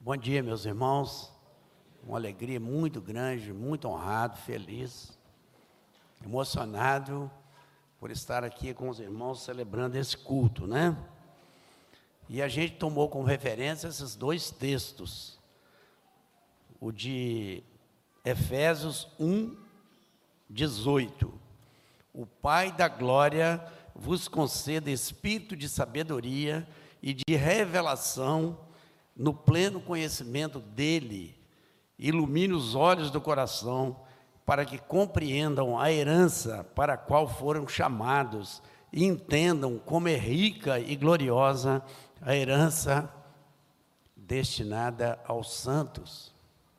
Bom dia, meus irmãos. Uma alegria muito grande, muito honrado, feliz, emocionado por estar aqui com os irmãos celebrando esse culto, né? E a gente tomou como referência esses dois textos, o de Efésios 1, 18. O Pai da glória vos conceda espírito de sabedoria e de revelação no pleno conhecimento dele, ilumine os olhos do coração, para que compreendam a herança para a qual foram chamados e entendam como é rica e gloriosa a herança destinada aos santos.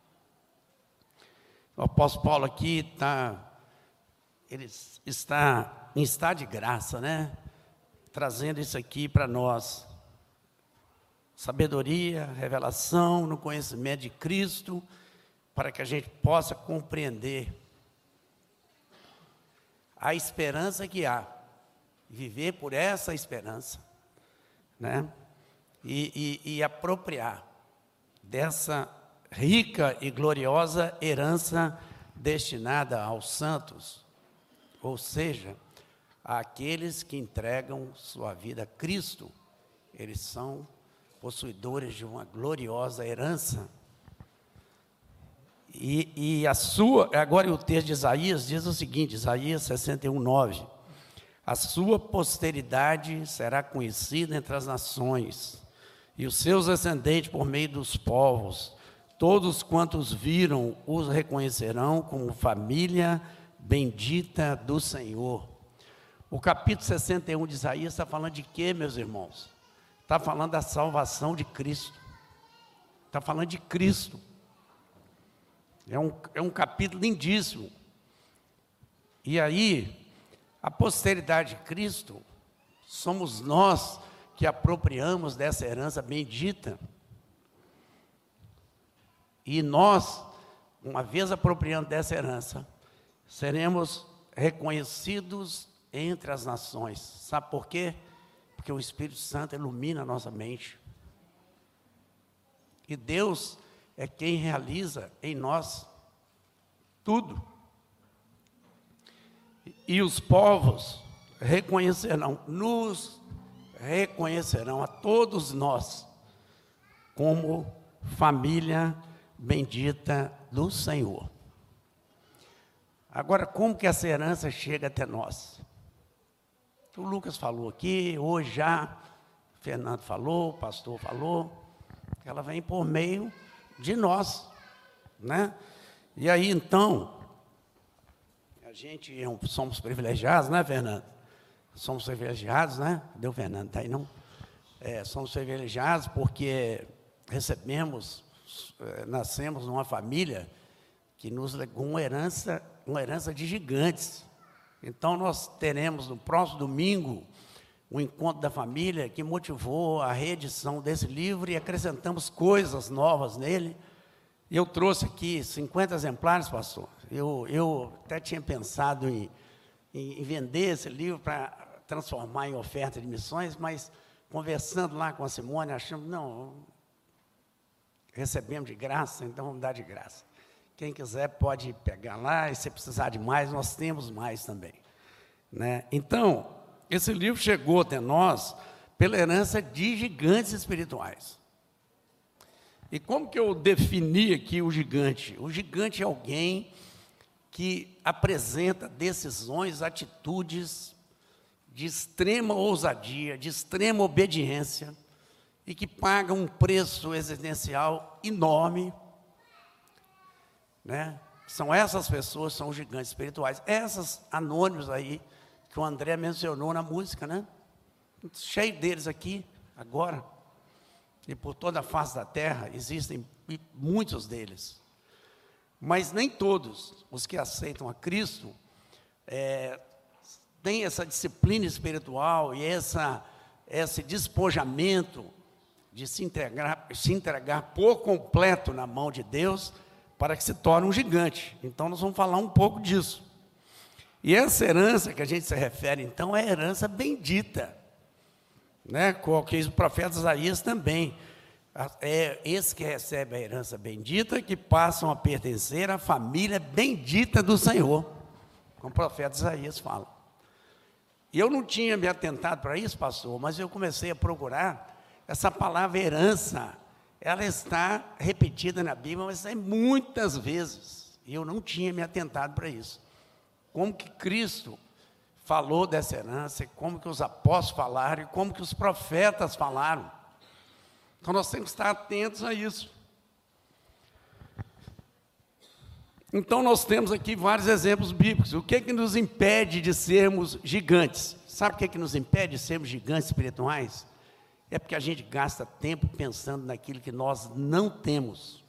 O apóstolo Paulo aqui ele está em estado de graça, né? Trazendo isso aqui para nós. Sabedoria, revelação no conhecimento de Cristo, para que a gente possa compreender a esperança que há, viver por essa esperança, né? E apropriar dessa rica e gloriosa herança destinada aos santos, ou seja, àqueles que entregam sua vida a Cristo. Eles são possuidores de uma gloriosa herança. Agora o texto de Isaías diz o seguinte, Isaías 61, 9. A sua posteridade será conhecida entre as nações, e os seus descendentes por meio dos povos. Todos quantos viram os reconhecerão como família bendita do Senhor. O capítulo 61 de Isaías está falando de quê, meus irmãos? Está falando da salvação de Cristo. Está falando de Cristo. É um capítulo lindíssimo. E aí, a posteridade de Cristo, somos nós que apropriamos dessa herança bendita. E nós, uma vez apropriando dessa herança, seremos reconhecidos entre as nações. Sabe por quê? Porque o Espírito Santo ilumina a nossa mente. E Deus é quem realiza em nós tudo. E os povos nos reconhecerão a todos nós como família bendita do Senhor. Agora, como que essa herança chega até nós? O Lucas falou aqui, hoje já, o Fernando falou, o pastor falou, ela vem por meio de nós, né? E aí, então, a gente somos privilegiados, né, Fernando? Somos privilegiados, né? Cadê o Fernando? Está aí, não? Somos privilegiados porque nascemos numa família que nos legou uma herança de gigantes. Então, nós teremos no próximo domingo um encontro da família que motivou a reedição desse livro e acrescentamos coisas novas nele. Eu trouxe aqui 50 exemplares, pastor. Eu até tinha pensado em vender esse livro para transformar em oferta de missões, mas conversando lá com a Simone, achamos, não, recebemos de graça, então vamos dar de graça. Quem quiser pode pegar lá, e se precisar de mais, nós temos mais também, né? Então, esse livro chegou até nós pela herança de gigantes espirituais. E como que eu defini aqui o gigante? O gigante é alguém que apresenta decisões, atitudes de extrema ousadia, de extrema obediência, e que paga um preço existencial enorme, né? São essas pessoas, são os gigantes espirituais. Essas anônimos aí, que o André mencionou na música, né? Cheio deles aqui, agora. E por toda a face da terra, existem muitos deles. Mas nem todos os que aceitam a Cristo têm essa disciplina espiritual e esse despojamento de se entregar por completo na mão de Deus, para que se torne um gigante. Então, nós vamos falar um pouco disso. E essa herança que a gente se refere, então, é a herança bendita, né? Com o que o profeta Isaías também. É esse que recebe a herança bendita, que passam a pertencer à família bendita do Senhor, como o profeta Isaías fala. E eu não tinha me atentado para isso, pastor, mas eu comecei a procurar essa palavra herança. Ela está repetida na Bíblia, mas é muitas vezes, e eu não tinha me atentado para isso. Como que Cristo falou dessa herança, como que os apóstolos falaram, e como que os profetas falaram. Então nós temos que estar atentos a isso. Então nós temos aqui vários exemplos bíblicos. O que é que nos impede de sermos gigantes? Sabe o que é que nos impede de sermos gigantes espirituais? É porque a gente gasta tempo pensando naquilo que nós não temos,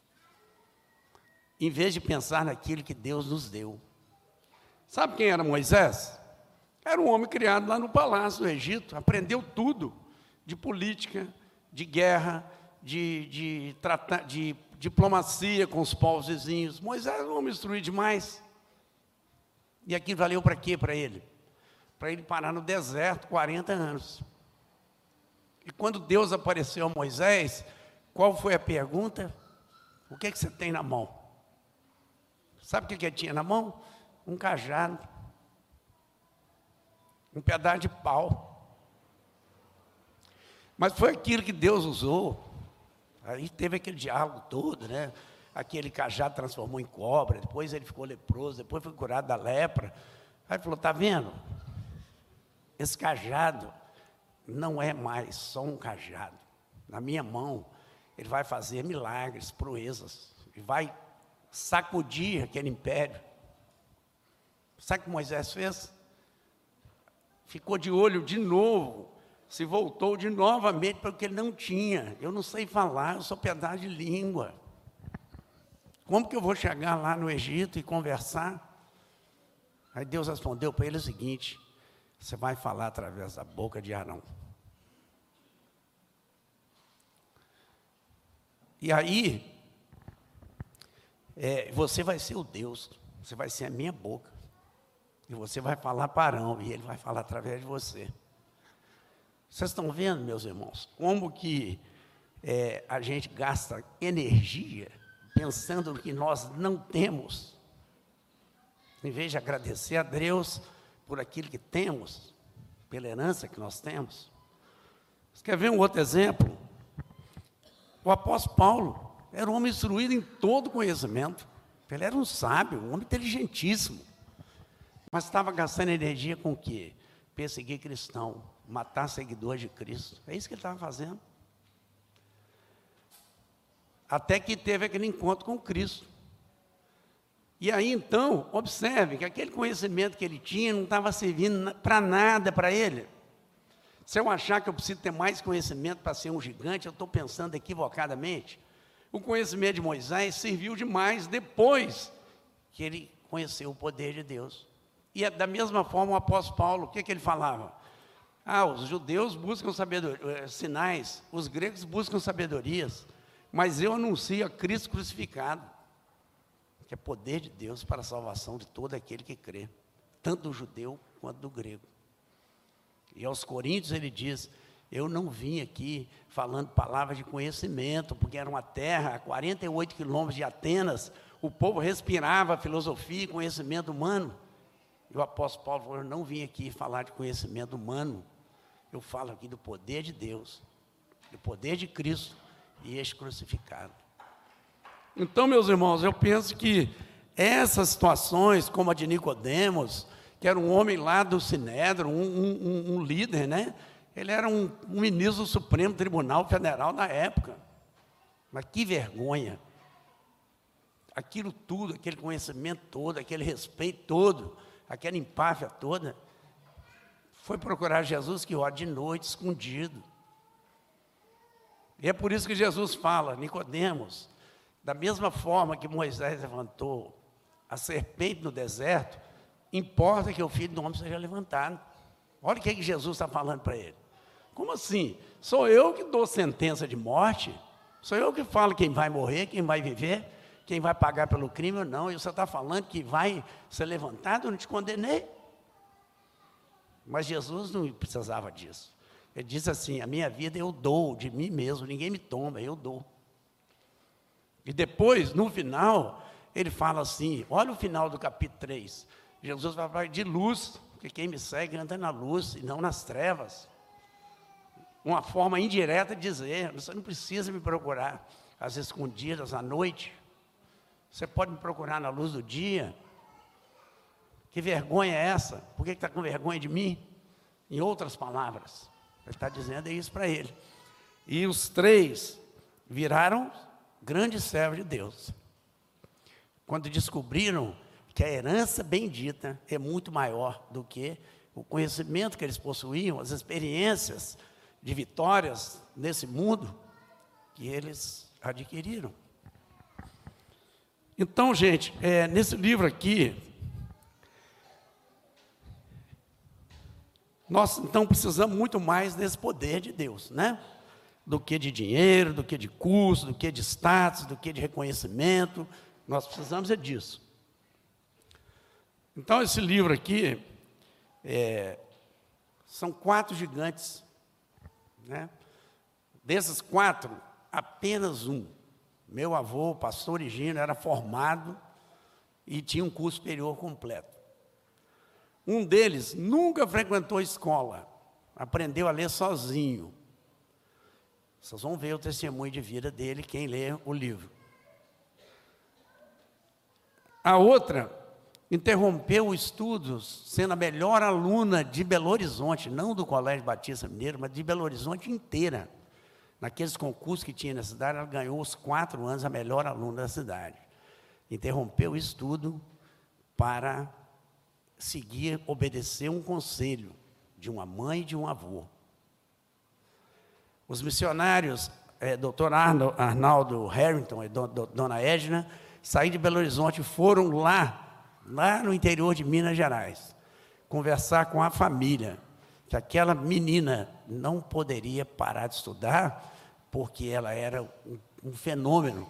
em vez de pensar naquilo que Deus nos deu. Sabe quem era Moisés? Era um homem criado lá no palácio do Egito, aprendeu tudo, de política, de guerra, de diplomacia com os povos vizinhos. Moisés era um homem instruído demais. E aquilo valeu para quê para ele? Para ele parar no deserto 40 anos. E quando Deus apareceu a Moisés, qual foi a pergunta? O que é que você tem na mão? Sabe o que ele tinha na mão? Um cajado, um pedaço de pau. Mas foi aquilo que Deus usou. Aí teve aquele diálogo todo, né? Aquele cajado transformou em cobra, depois ele ficou leproso, depois foi curado da lepra. Aí falou, está vendo? Esse cajado não é mais só um cajado. Na minha mão, ele vai fazer milagres, proezas, e vai sacudir aquele império. Sabe o que Moisés fez? Ficou de olho de novo, se voltou de novamente para o que ele não tinha. Eu não sei falar, eu sou pedaço de língua. Como que eu vou chegar lá no Egito e conversar? Aí Deus respondeu para ele o seguinte: você vai falar através da boca de Arão. E aí, você vai ser o Deus, você vai ser a minha boca. E você vai falar para Arão, e ele vai falar através de você. Vocês estão vendo, meus irmãos, como que a gente gasta energia pensando no que nós não temos, em vez de agradecer a Deus por aquilo que temos, pela herança que nós temos. Você quer ver um outro exemplo? O apóstolo Paulo era um homem instruído em todo conhecimento. Ele era um sábio, um homem inteligentíssimo. Mas estava gastando energia com o quê? Perseguir cristão, matar seguidores de Cristo. É isso que ele estava fazendo. Até que teve aquele encontro com Cristo. E aí, então, observe que aquele conhecimento que ele tinha não estava servindo para nada para ele. Se eu achar que eu preciso ter mais conhecimento para ser um gigante, eu estou pensando equivocadamente. O conhecimento de Moisés serviu demais depois que ele conheceu o poder de Deus. E da mesma forma o apóstolo Paulo, o que ele falava? Os judeus buscam sinais, os gregos buscam sabedorias, mas eu anuncio a Cristo crucificado, que é poder de Deus para a salvação de todo aquele que crê, tanto do judeu quanto do grego. E aos Coríntios ele diz, eu não vim aqui falando palavras de conhecimento, porque era uma terra a 48 quilômetros de Atenas, o povo respirava filosofia e conhecimento humano. E o apóstolo Paulo falou, eu não vim aqui falar de conhecimento humano, eu falo aqui do poder de Deus, do poder de Cristo e este crucificado. Então, meus irmãos, eu penso que essas situações, como a de Nicodemos, que era um homem lá do Sinédrio, um líder, né? Ele era um ministro do Supremo Tribunal Federal na época. Mas que vergonha! Aquilo tudo, aquele conhecimento todo, aquele respeito todo, aquela empáfia toda, foi procurar Jesus que ora de noite, escondido. E é por isso que Jesus fala, Nicodemos, da mesma forma que Moisés levantou a serpente no deserto, importa que o Filho do Homem seja levantado. Olha o que Jesus está falando para ele. Como assim? Sou eu que dou sentença de morte? Sou eu que falo quem vai morrer, quem vai viver, quem vai pagar pelo crime ou não? E você está falando que vai ser levantado? Eu não te condenei. Mas Jesus não precisava disso. Ele diz assim: a minha vida eu dou de mim mesmo, ninguém me toma, eu dou. E depois, no final, ele fala assim, olha o final do capítulo 3. Jesus vai falar de luz, porque quem me segue anda na luz e não nas trevas. Uma forma indireta de dizer, você não precisa me procurar às escondidas, à noite. Você pode me procurar na luz do dia. Que vergonha é essa? Por que está com vergonha de mim? Em outras palavras, ele está dizendo isso para ele. E os 3 viraram grandes servos de Deus. Quando descobriram que a herança bendita é muito maior do que o conhecimento que eles possuíam, as experiências de vitórias nesse mundo que eles adquiriram. Então, gente, nesse livro aqui, nós então precisamos muito mais desse poder de Deus, né? Do que de dinheiro, do que de curso, do que de status, do que de reconhecimento. Nós precisamos disso. Então, esse livro aqui, são 4 gigantes, né? Desses 4, apenas um. Meu avô, o pastor Higino, era formado e tinha um curso superior completo. Um deles nunca frequentou escola, aprendeu a ler sozinho. Vocês vão ver o testemunho de vida dele, quem lê o livro. A outra interrompeu os estudos, sendo a melhor aluna de Belo Horizonte, não do Colégio Batista Mineiro, mas de Belo Horizonte inteira. Naqueles concursos que tinha na cidade, ela ganhou os 4 anos a melhor aluna da cidade. Interrompeu o estudo para seguir, obedecer um conselho de uma mãe e de um avô. Os missionários, Dr. Arnaldo Harrington e Dona Edna, saíram de Belo Horizonte e foram lá no interior de Minas Gerais, conversar com a família, que aquela menina não poderia parar de estudar, porque ela era um fenômeno.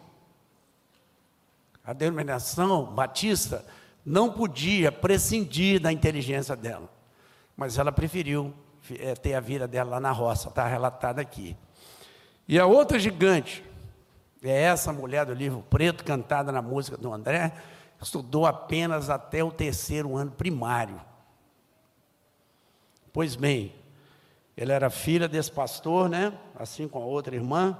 A denominação batista não podia prescindir da inteligência dela, mas ela preferiu ter a vida dela lá na roça, está relatado aqui. E a outra gigante, é essa mulher do livro preto, cantada na música do André, estudou apenas até o 3º ano primário. Pois bem, ela era filha desse pastor, né? Assim como a outra irmã,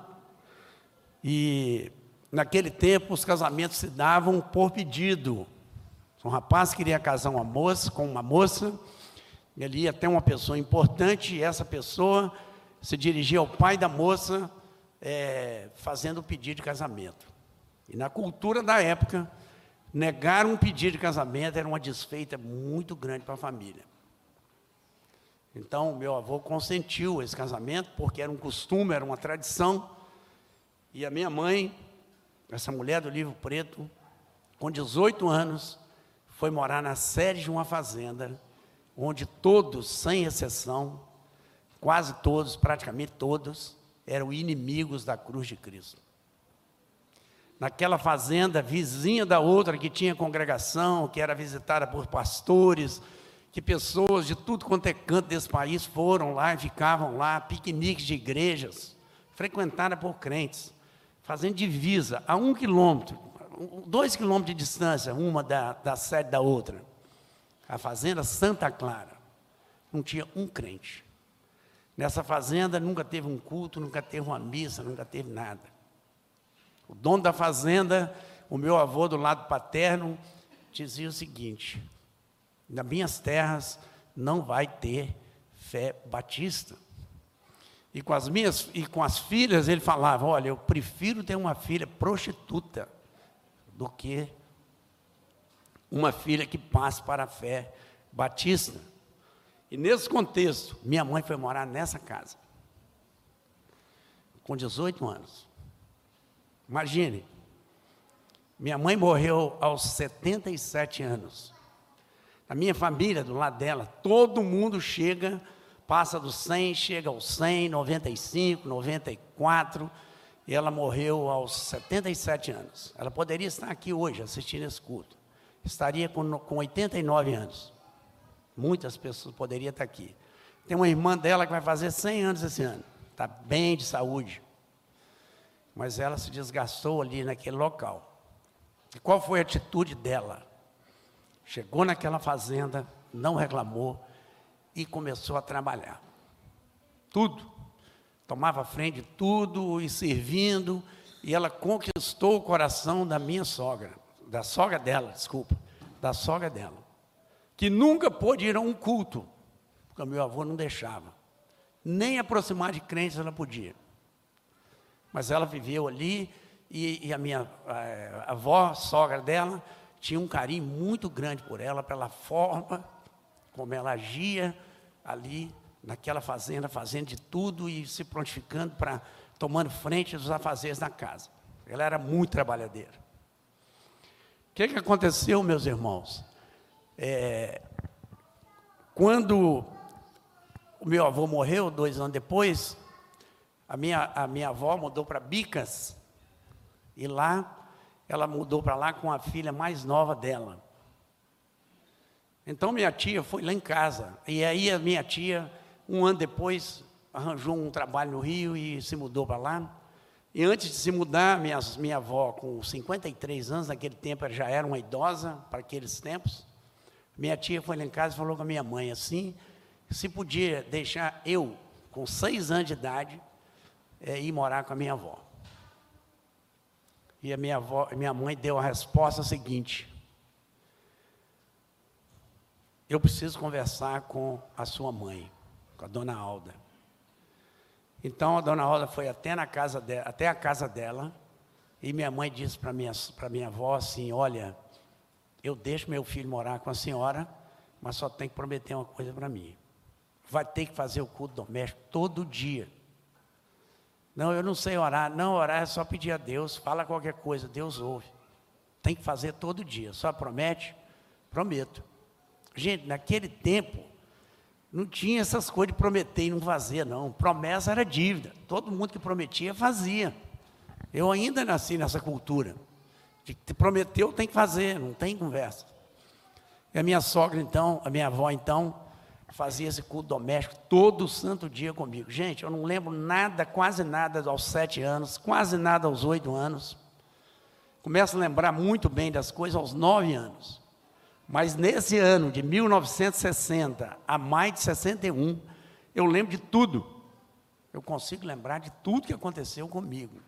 e naquele tempo os casamentos se davam por pedido. Um rapaz queria casar com uma moça, ele ia até uma pessoa importante, e essa pessoa se dirigia ao pai da moça, fazendo o pedido de casamento. E na cultura da época, negar um pedido de casamento era uma desfeita muito grande para a família. Então, meu avô consentiu esse casamento, porque era um costume, era uma tradição, e a minha mãe, essa mulher do livro preto, com 18 anos, foi morar na sede de uma fazenda, onde todos, sem exceção, quase todos, praticamente todos, eram inimigos da cruz de Cristo. Naquela fazenda, vizinha da outra, que tinha congregação, que era visitada por pastores, que pessoas de tudo quanto é canto desse país foram lá e ficavam lá, piqueniques de igrejas, frequentada por crentes, fazendo divisa a 1 quilômetro, 2 quilômetros de distância, uma da sede da outra. A fazenda Santa Clara, não tinha um crente. Nessa fazenda nunca teve um culto, nunca teve uma missa, nunca teve nada. O dono da fazenda, o meu avô do lado paterno, dizia o seguinte: nas minhas terras não vai ter fé batista. E com as filhas ele falava: olha, eu prefiro ter uma filha prostituta do que uma filha que passe para a fé batista. E nesse contexto, minha mãe foi morar nessa casa, com 18 anos. Imagine, minha mãe morreu aos 77 anos. A minha família, do lado dela, todo mundo passa dos 100, chega aos 100, 95, 94, e ela morreu aos 77 anos. Ela poderia estar aqui hoje, assistindo esse culto. Estaria com 89 anos. Muitas pessoas poderiam estar aqui. Tem uma irmã dela que vai fazer 100 anos esse ano. Está bem de saúde. Mas ela se desgastou ali naquele local. E qual foi a atitude dela? Chegou naquela fazenda, não reclamou e começou a trabalhar. Tudo. Tomava frente de tudo e servindo. E ela conquistou o coração da minha sogra. Da sogra dela, desculpa. Da sogra dela. Que nunca pôde ir a um culto. Porque o meu avô não deixava. Nem aproximar de crentes ela podia. Mas ela viveu ali e a minha avó, sogra dela, tinha um carinho muito grande por ela, pela forma como ela agia ali naquela fazenda, fazendo de tudo e se prontificando para, tomando frente dos afazeres da casa. Ela era muito trabalhadeira. O que aconteceu, meus irmãos? Quando o meu avô morreu, 2 anos depois, a minha avó mudou para Bicas, e lá, ela mudou para lá com a filha mais nova dela. Então, minha tia foi lá em casa, e aí a minha tia, 1 ano depois, arranjou um trabalho no Rio e se mudou para lá. E antes de se mudar, minha avó, com 53 anos, naquele tempo ela já era uma idosa, para aqueles tempos, minha tia foi lá em casa e falou com a minha mãe assim, se podia deixar eu, com 6 anos de idade, ir morar com a minha avó. E a minha mãe deu a resposta seguinte: eu preciso conversar com a sua mãe, com a dona Alda. Então a dona Alda foi até a casa dela, e minha mãe disse para minha avó assim: olha, eu deixo meu filho morar com a senhora, mas só tem que prometer uma coisa para mim. Vai ter que fazer o culto doméstico todo dia. Não, eu não sei orar. Não, orar é só pedir a Deus. Fala qualquer coisa, Deus ouve. Tem que fazer todo dia. Só promete? Prometo. Gente, naquele tempo, não tinha essas coisas de prometer e não fazer, não. Promessa era dívida. Todo mundo que prometia, fazia. Eu ainda nasci nessa cultura. De que prometeu, tem que fazer, não tem conversa. E a minha sogra, então, a minha avó, então, fazia esse culto doméstico todo santo dia comigo. Gente, eu não lembro nada, quase nada aos 7 anos, quase nada aos 8 anos. Começo a lembrar muito bem das coisas aos 9 anos. Mas nesse ano de 1960 a maio de 61, eu lembro de tudo. Eu consigo lembrar de tudo que aconteceu comigo.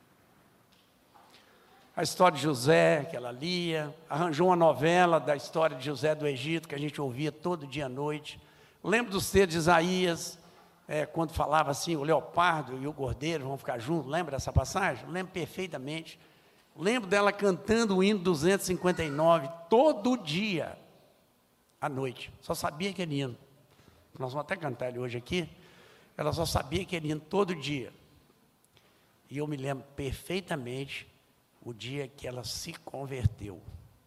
A história de José, que ela lia, arranjou uma novela da história de José do Egito, que a gente ouvia todo dia à noite. Lembro dos textos de Isaías, quando falava assim, o leopardo e o cordeiro vão ficar juntos. Lembra dessa passagem? Lembro perfeitamente. Lembro dela cantando o hino 259 todo dia à noite. Só sabia aquele hino. Nós vamos até cantar ele hoje aqui. Ela só sabia aquele hino todo dia. E eu me lembro perfeitamente o dia que ela se converteu.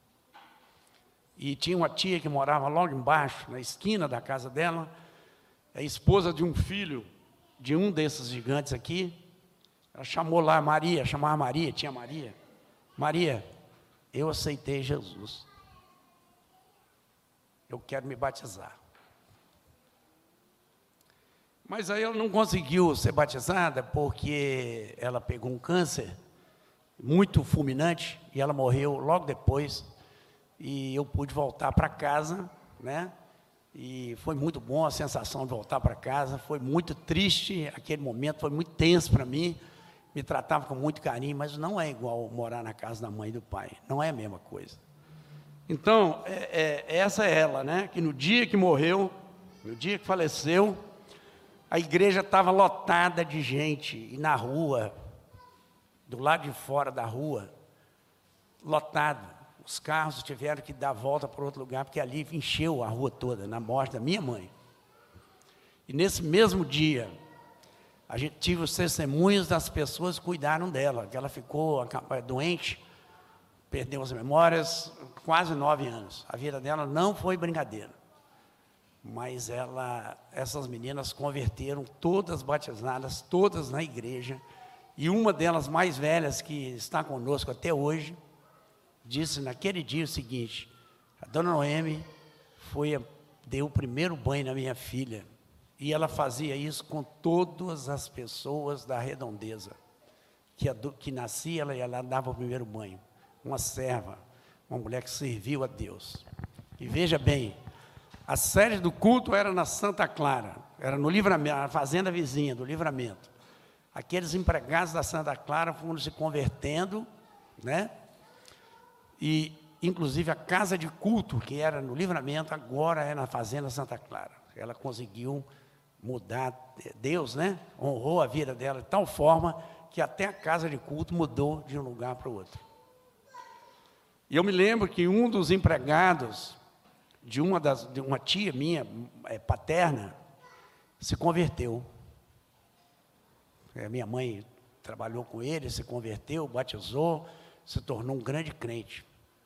E tinha uma tia que morava logo embaixo, na esquina da casa dela, a esposa de um filho de um desses gigantes aqui. Ela chamou lá Maria, chamava Maria, tinha Maria. Maria, eu aceitei Jesus. Eu quero me batizar. Mas aí ela não conseguiu ser batizada porque ela pegou um câncer muito fulminante e ela morreu logo depois. E eu pude voltar para casa, né? E foi muito bom a sensação de voltar para casa. Foi muito triste aquele momento, foi muito tenso para mim. Me tratava com muito carinho, mas não é igual morar na casa da mãe e do pai. Não é a mesma coisa. Então, essa é ela, né? Que no dia que morreu, no dia que faleceu, a igreja estava lotada de gente. E na rua, do lado de fora da rua, lotado. Os carros tiveram que dar a volta para outro lugar, porque ali encheu a rua toda, na morte da minha mãe. E nesse mesmo dia, a gente tive os testemunhos das pessoas que cuidaram dela, que ela ficou doente, perdeu as memórias, quase 9 anos. A vida dela não foi brincadeira. Mas essas meninas converteram, todas batizadas, todas na igreja. E uma delas, mais velhas, que está conosco até hoje, disse naquele dia o seguinte: a dona Noemi deu o primeiro banho na minha filha E ela fazia isso com todas as pessoas da redondeza. Que nascia, ela dava o primeiro banho. Uma serva, uma mulher que serviu a Deus. E veja bem, a sede do culto era na Santa Clara, era no Livramento, na fazenda vizinha do Livramento. Aqueles empregados da Santa Clara foram se convertendo, né? E, inclusive, a casa de culto, que era no Livramento, agora é na fazenda Santa Clara. Ela conseguiu mudar, Deus, né? Honrou a vida dela de tal forma que até a casa de culto mudou de um lugar para o outro. E eu me lembro que um dos empregados de uma tia minha, paterna, se converteu. Minha mãe trabalhou com ele, se converteu, batizou, se tornou um grande crente.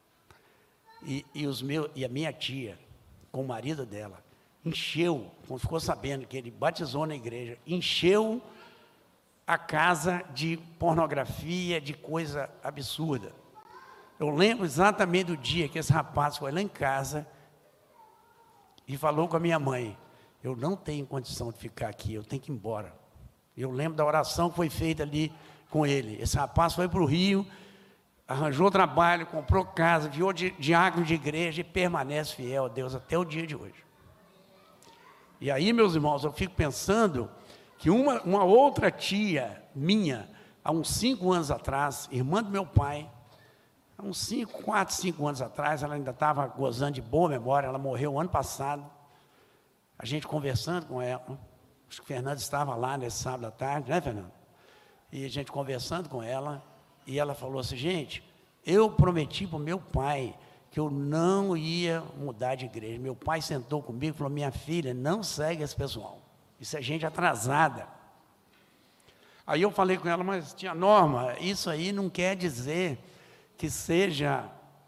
E a minha tia, com o marido dela, encheu, quando ficou sabendo que ele batizou na igreja, encheu a casa de pornografia, de coisa absurda. Eu lembro exatamente do dia que esse rapaz foi lá em casa e falou com a minha mãe: eu não tenho condição de ficar aqui, eu tenho que ir embora. Eu lembro da oração que foi feita ali com ele. Esse rapaz foi para o Rio, arranjou trabalho, comprou casa, virou diácono de igreja e permanece fiel a Deus até o dia de hoje. E aí, meus irmãos, eu fico pensando que uma outra tia minha, há uns 5 anos atrás, irmã do meu pai, há uns 4, 5 anos atrás, ela ainda estava gozando de boa memória, ela morreu ano passado, a gente conversando com ela, acho que o Fernando estava lá nesse sábado à tarde, né, Fernando? E a gente conversando com ela, e ela falou assim: gente, eu prometi para o meu pai que eu não ia mudar de igreja. Meu pai sentou comigo e falou: minha filha, não segue esse pessoal, isso é gente atrasada. Aí eu falei com ela: mas tia Norma, isso aí não quer dizer que seja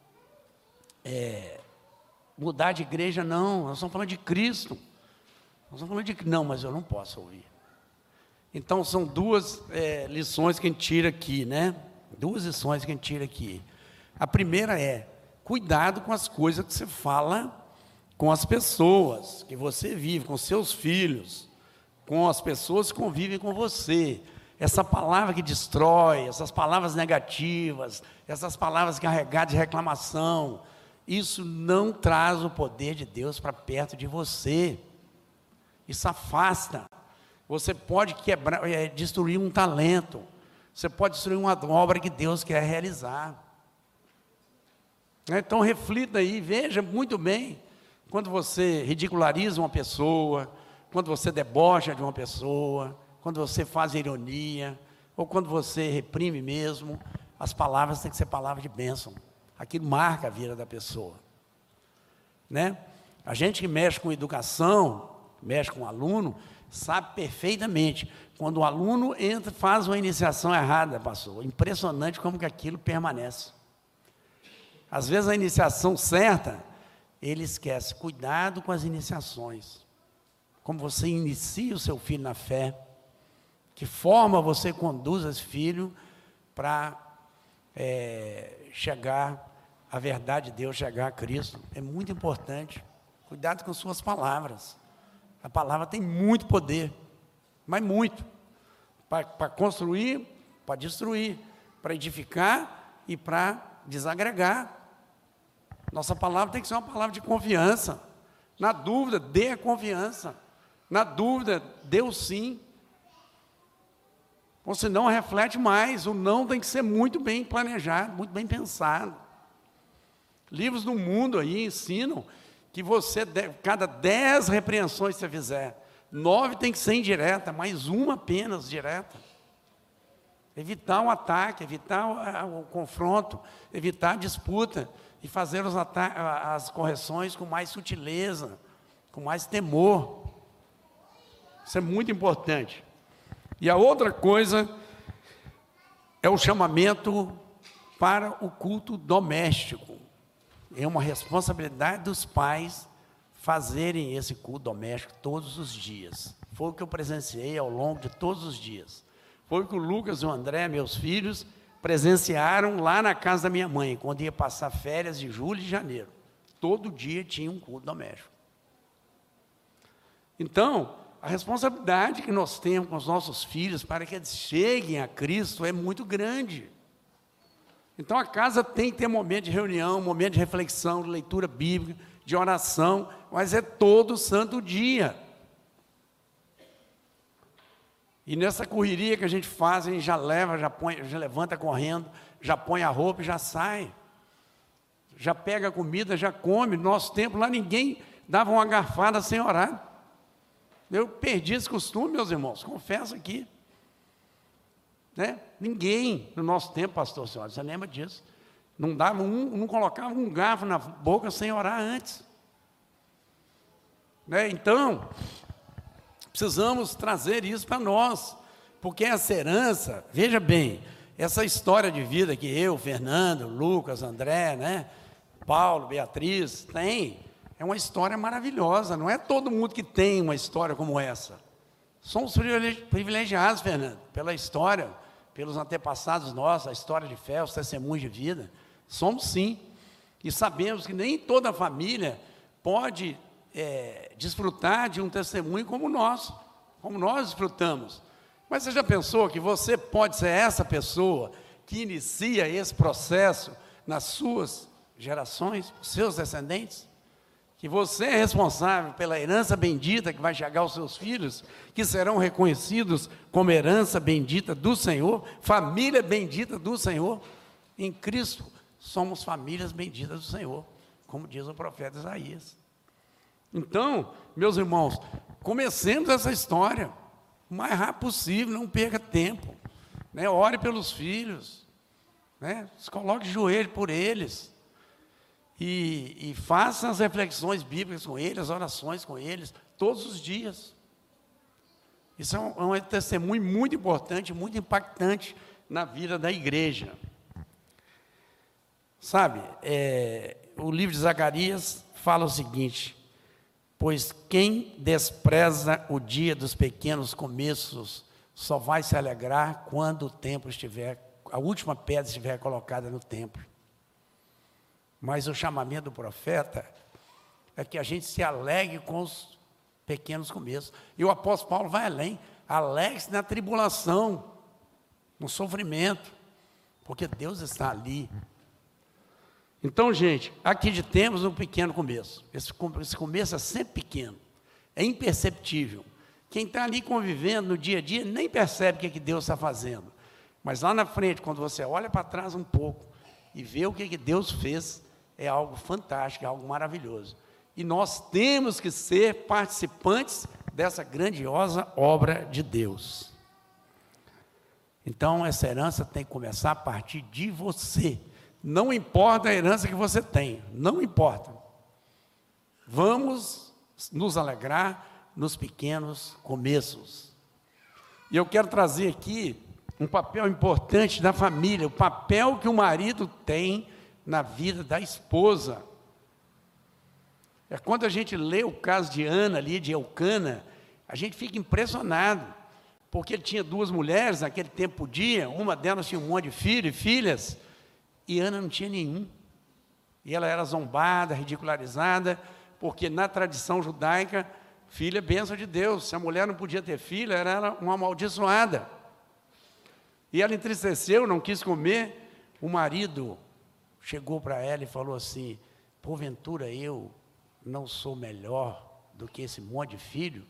mudar de igreja, não. Nós estamos falando de Cristo. Nós estamos falando de... Não, mas eu não posso ouvir. Então, são 2 lições que a gente tira aqui, né? 2 lições que a gente tira aqui. A primeira é: cuidado com as coisas que você fala com as pessoas que você vive, com seus filhos, com as pessoas que convivem com você. Essa palavra que destrói, essas palavras negativas, essas palavras carregadas de reclamação, isso não traz o poder de Deus para perto de você. Isso afasta. Você pode destruir um talento, você pode destruir uma obra que Deus quer realizar. Então reflita aí, veja muito bem, quando você ridiculariza uma pessoa, quando você debocha de uma pessoa, quando você faz ironia, ou quando você reprime mesmo, as palavras têm que ser palavras de bênção. Aquilo marca a vida da pessoa, né? A gente que mexe com educação, mexe com o aluno, sabe perfeitamente, quando o aluno faz uma iniciação errada, pastor, impressionante como que aquilo permanece. Às vezes a iniciação certa, ele esquece. Cuidado com as iniciações, como você inicia o seu filho na fé, que forma você conduz esse filho para chegar à verdade de Deus, chegar a Cristo. É muito importante. Cuidado com suas palavras. A palavra tem muito poder, mas muito, para construir, para destruir, para edificar e para desagregar. Nossa palavra tem que ser uma palavra de confiança. Na dúvida, dê a confiança. Na dúvida, dê o sim. Ou senão reflete mais. O não tem que ser muito bem planejado, muito bem pensado. Livros do mundo aí ensinam que você, cada 10 repreensões que você fizer, 9 tem que ser indireta, mais uma apenas direta. Evitar o ataque, evitar o confronto, evitar a disputa e fazer as correções com mais sutileza, com mais temor. Isso é muito importante. E a outra coisa é o chamamento para o culto doméstico. É uma responsabilidade dos pais fazerem esse culto doméstico todos os dias. Foi o que eu presenciei ao longo de todos os dias. Foi o que o Lucas e o André, meus filhos, presenciaram lá na casa da minha mãe, quando ia passar férias de julho e janeiro. Todo dia tinha um culto doméstico. Então, a responsabilidade que nós temos com os nossos filhos para que eles cheguem a Cristo é muito grande. Então, a casa tem que ter momento de reunião, momento de reflexão, de leitura bíblica, de oração, mas é todo santo dia. E nessa correria que a gente faz, a gente já leva, já levanta correndo, já põe a roupa e já sai. Já pega a comida, já come. No nosso tempo, lá ninguém dava uma garfada sem orar. Eu perdi esse costume, meus irmãos, confesso aqui. Né? Ninguém, no nosso tempo, pastor, senhora, você lembra disso? Não colocava um garfo na boca sem orar antes. Né? Então, precisamos trazer isso para nós, porque essa herança, veja bem, essa história de vida que eu, Fernando, Lucas, André, né, Paulo, Beatriz, tem, é uma história maravilhosa, não é todo mundo que tem uma história como essa. Somos privilegiados, Fernando, pela história, pelos antepassados nossos, a história de fé, os testemunhos de vida, somos sim, e sabemos que nem toda família pode desfrutar de um testemunho como nós desfrutamos. Mas você já pensou que você pode ser essa pessoa que inicia esse processo nas suas gerações, os seus descendentes? Que você é responsável pela herança bendita que vai chegar aos seus filhos, que serão reconhecidos como herança bendita do Senhor, família bendita do Senhor. Em Cristo, somos famílias benditas do Senhor, como diz o profeta Isaías. Então, meus irmãos, comecemos essa história o mais rápido possível, não perca tempo, né? Ore pelos filhos, né? Se coloque de joelho por eles, e faça as reflexões bíblicas com eles, as orações com eles, todos os dias. Isso é um testemunho muito importante, muito impactante na vida da igreja. Sabe, o livro de Zacarias fala o seguinte: pois quem despreza o dia dos pequenos começos só vai se alegrar quando o templo estiver, a última pedra estiver colocada no templo. Mas o chamamento do profeta é que a gente se alegre com os pequenos começos. E o apóstolo Paulo vai além: alegre-se na tribulação, no sofrimento, porque Deus está ali. Então, gente, acreditemos no pequeno começo. Esse começo é sempre pequeno, é imperceptível. Quem está ali convivendo no dia a dia nem percebe o que Deus está fazendo. Mas lá na frente, quando você olha para trás um pouco e vê o que Deus fez, é algo fantástico, é algo maravilhoso. E nós temos que ser participantes dessa grandiosa obra de Deus. Então, essa herança tem que começar a partir de você. Não importa a herança que você tem, não importa. Vamos nos alegrar nos pequenos começos. E eu quero trazer aqui um papel importante da família, o papel que o marido tem na vida da esposa. Quando a gente lê o caso de Ana ali, de Eucana, a gente fica impressionado, porque ele tinha duas mulheres, naquele tempo podia, uma delas tinha um monte de filhos e filhas, e Ana não tinha nenhum. E ela era zombada, ridicularizada, porque na tradição judaica, filha é bênção de Deus. Se a mulher não podia ter filho, era uma amaldiçoada. E ela entristeceu, não quis comer. O marido chegou para ela e falou assim: porventura eu não sou melhor do que esse monte de filho?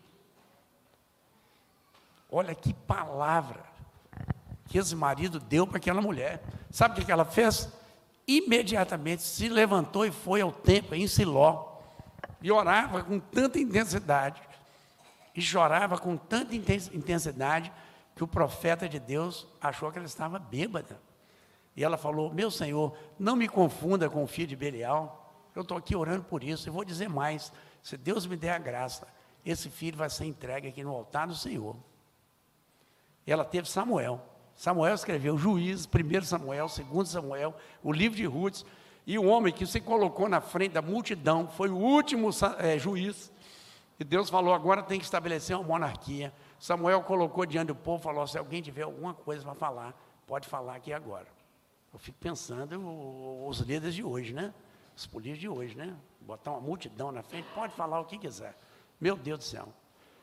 Olha que palavra que esse marido deu para aquela mulher. Sabe o que ela fez? Imediatamente se levantou e foi ao templo em Siló, e orava com tanta intensidade, e chorava com tanta intensidade, que o profeta de Deus achou que ela estava bêbada. E ela falou: meu Senhor, não me confunda com o filho de Belial, eu estou aqui orando por isso, e vou dizer mais: se Deus me der a graça, esse filho vai ser entregue aqui no altar do Senhor. E ela teve Samuel. Samuel escreveu Juízes, 1 Samuel, 2 Samuel, o livro de Ruth, e o homem que se colocou na frente da multidão foi o último juiz, e Deus falou: agora tem que estabelecer uma monarquia. Samuel colocou diante do povo e falou: se alguém tiver alguma coisa para falar, pode falar aqui agora. Eu fico pensando os líderes de hoje, né? Os políticos de hoje, né? Botar uma multidão na frente, pode falar o que quiser. Meu Deus do céu.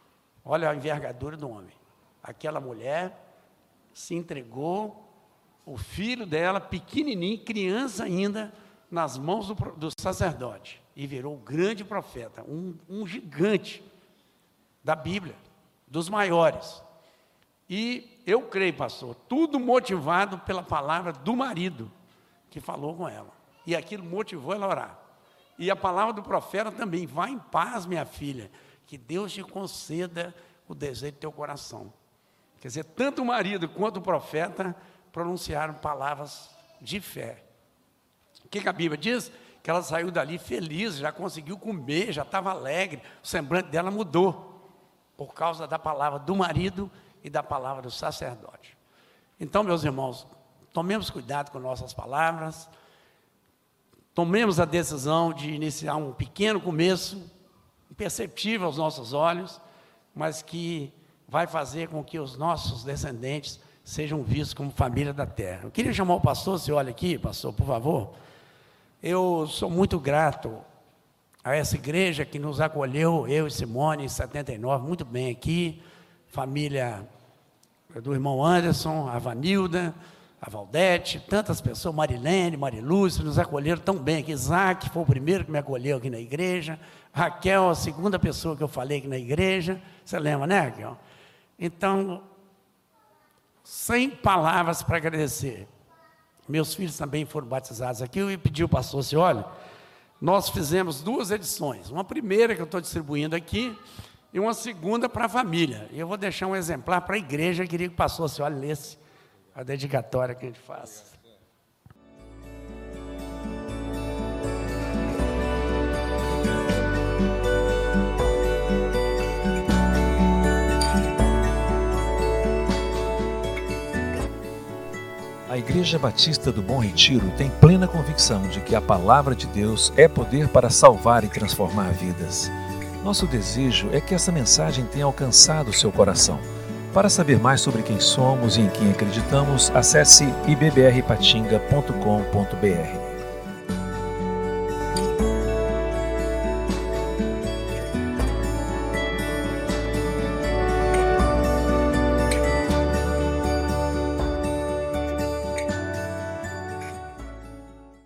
Olha a envergadura do homem. Aquela mulher se entregou, o filho dela, pequenininho, criança ainda, nas mãos do sacerdote, e virou o grande profeta, um gigante da Bíblia, dos maiores. E eu creio, pastor, tudo motivado pela palavra do marido, que falou com ela. E aquilo motivou ela a orar. E a palavra do profeta também, vá em paz, minha filha, que Deus te conceda o desejo do teu coração. Quer dizer, tanto o marido quanto o profeta pronunciaram palavras de fé. O que a Bíblia diz? Que ela saiu dali feliz, já conseguiu comer, já estava alegre, o semblante dela mudou, por causa da palavra do marido e da palavra do sacerdote. Então, meus irmãos, tomemos cuidado com nossas palavras, tomemos a decisão de iniciar um pequeno começo, imperceptível aos nossos olhos, mas que vai fazer com que os nossos descendentes sejam vistos como família da terra. Eu queria chamar o pastor, se olha aqui, pastor, por favor. Eu sou muito grato a essa igreja que nos acolheu, eu e Simone, em 79, muito bem aqui, família do irmão Anderson, a Vanilda, a Valdete, tantas pessoas, Marilene, Marilúcia, nos acolheram tão bem aqui. Isaac foi o primeiro que me acolheu aqui na igreja, Raquel, a segunda pessoa que eu falei aqui na igreja, você lembra, né, Raquel? Então, sem palavras para agradecer. Meus filhos também foram batizados aqui. Eu pedi ao pastor, assim, olha, nós fizemos 2 edições. Uma primeira que eu estou distribuindo aqui e uma segunda para a família. E eu vou deixar um exemplar para a igreja. Eu queria que o pastor, assim, olha, lesse a dedicatória que a gente faz. A Igreja Batista do Bom Retiro tem plena convicção de que a palavra de Deus é poder para salvar e transformar vidas. Nosso desejo é que essa mensagem tenha alcançado o seu coração. Para saber mais sobre quem somos e em quem acreditamos, acesse ibbrpatinga.com.br.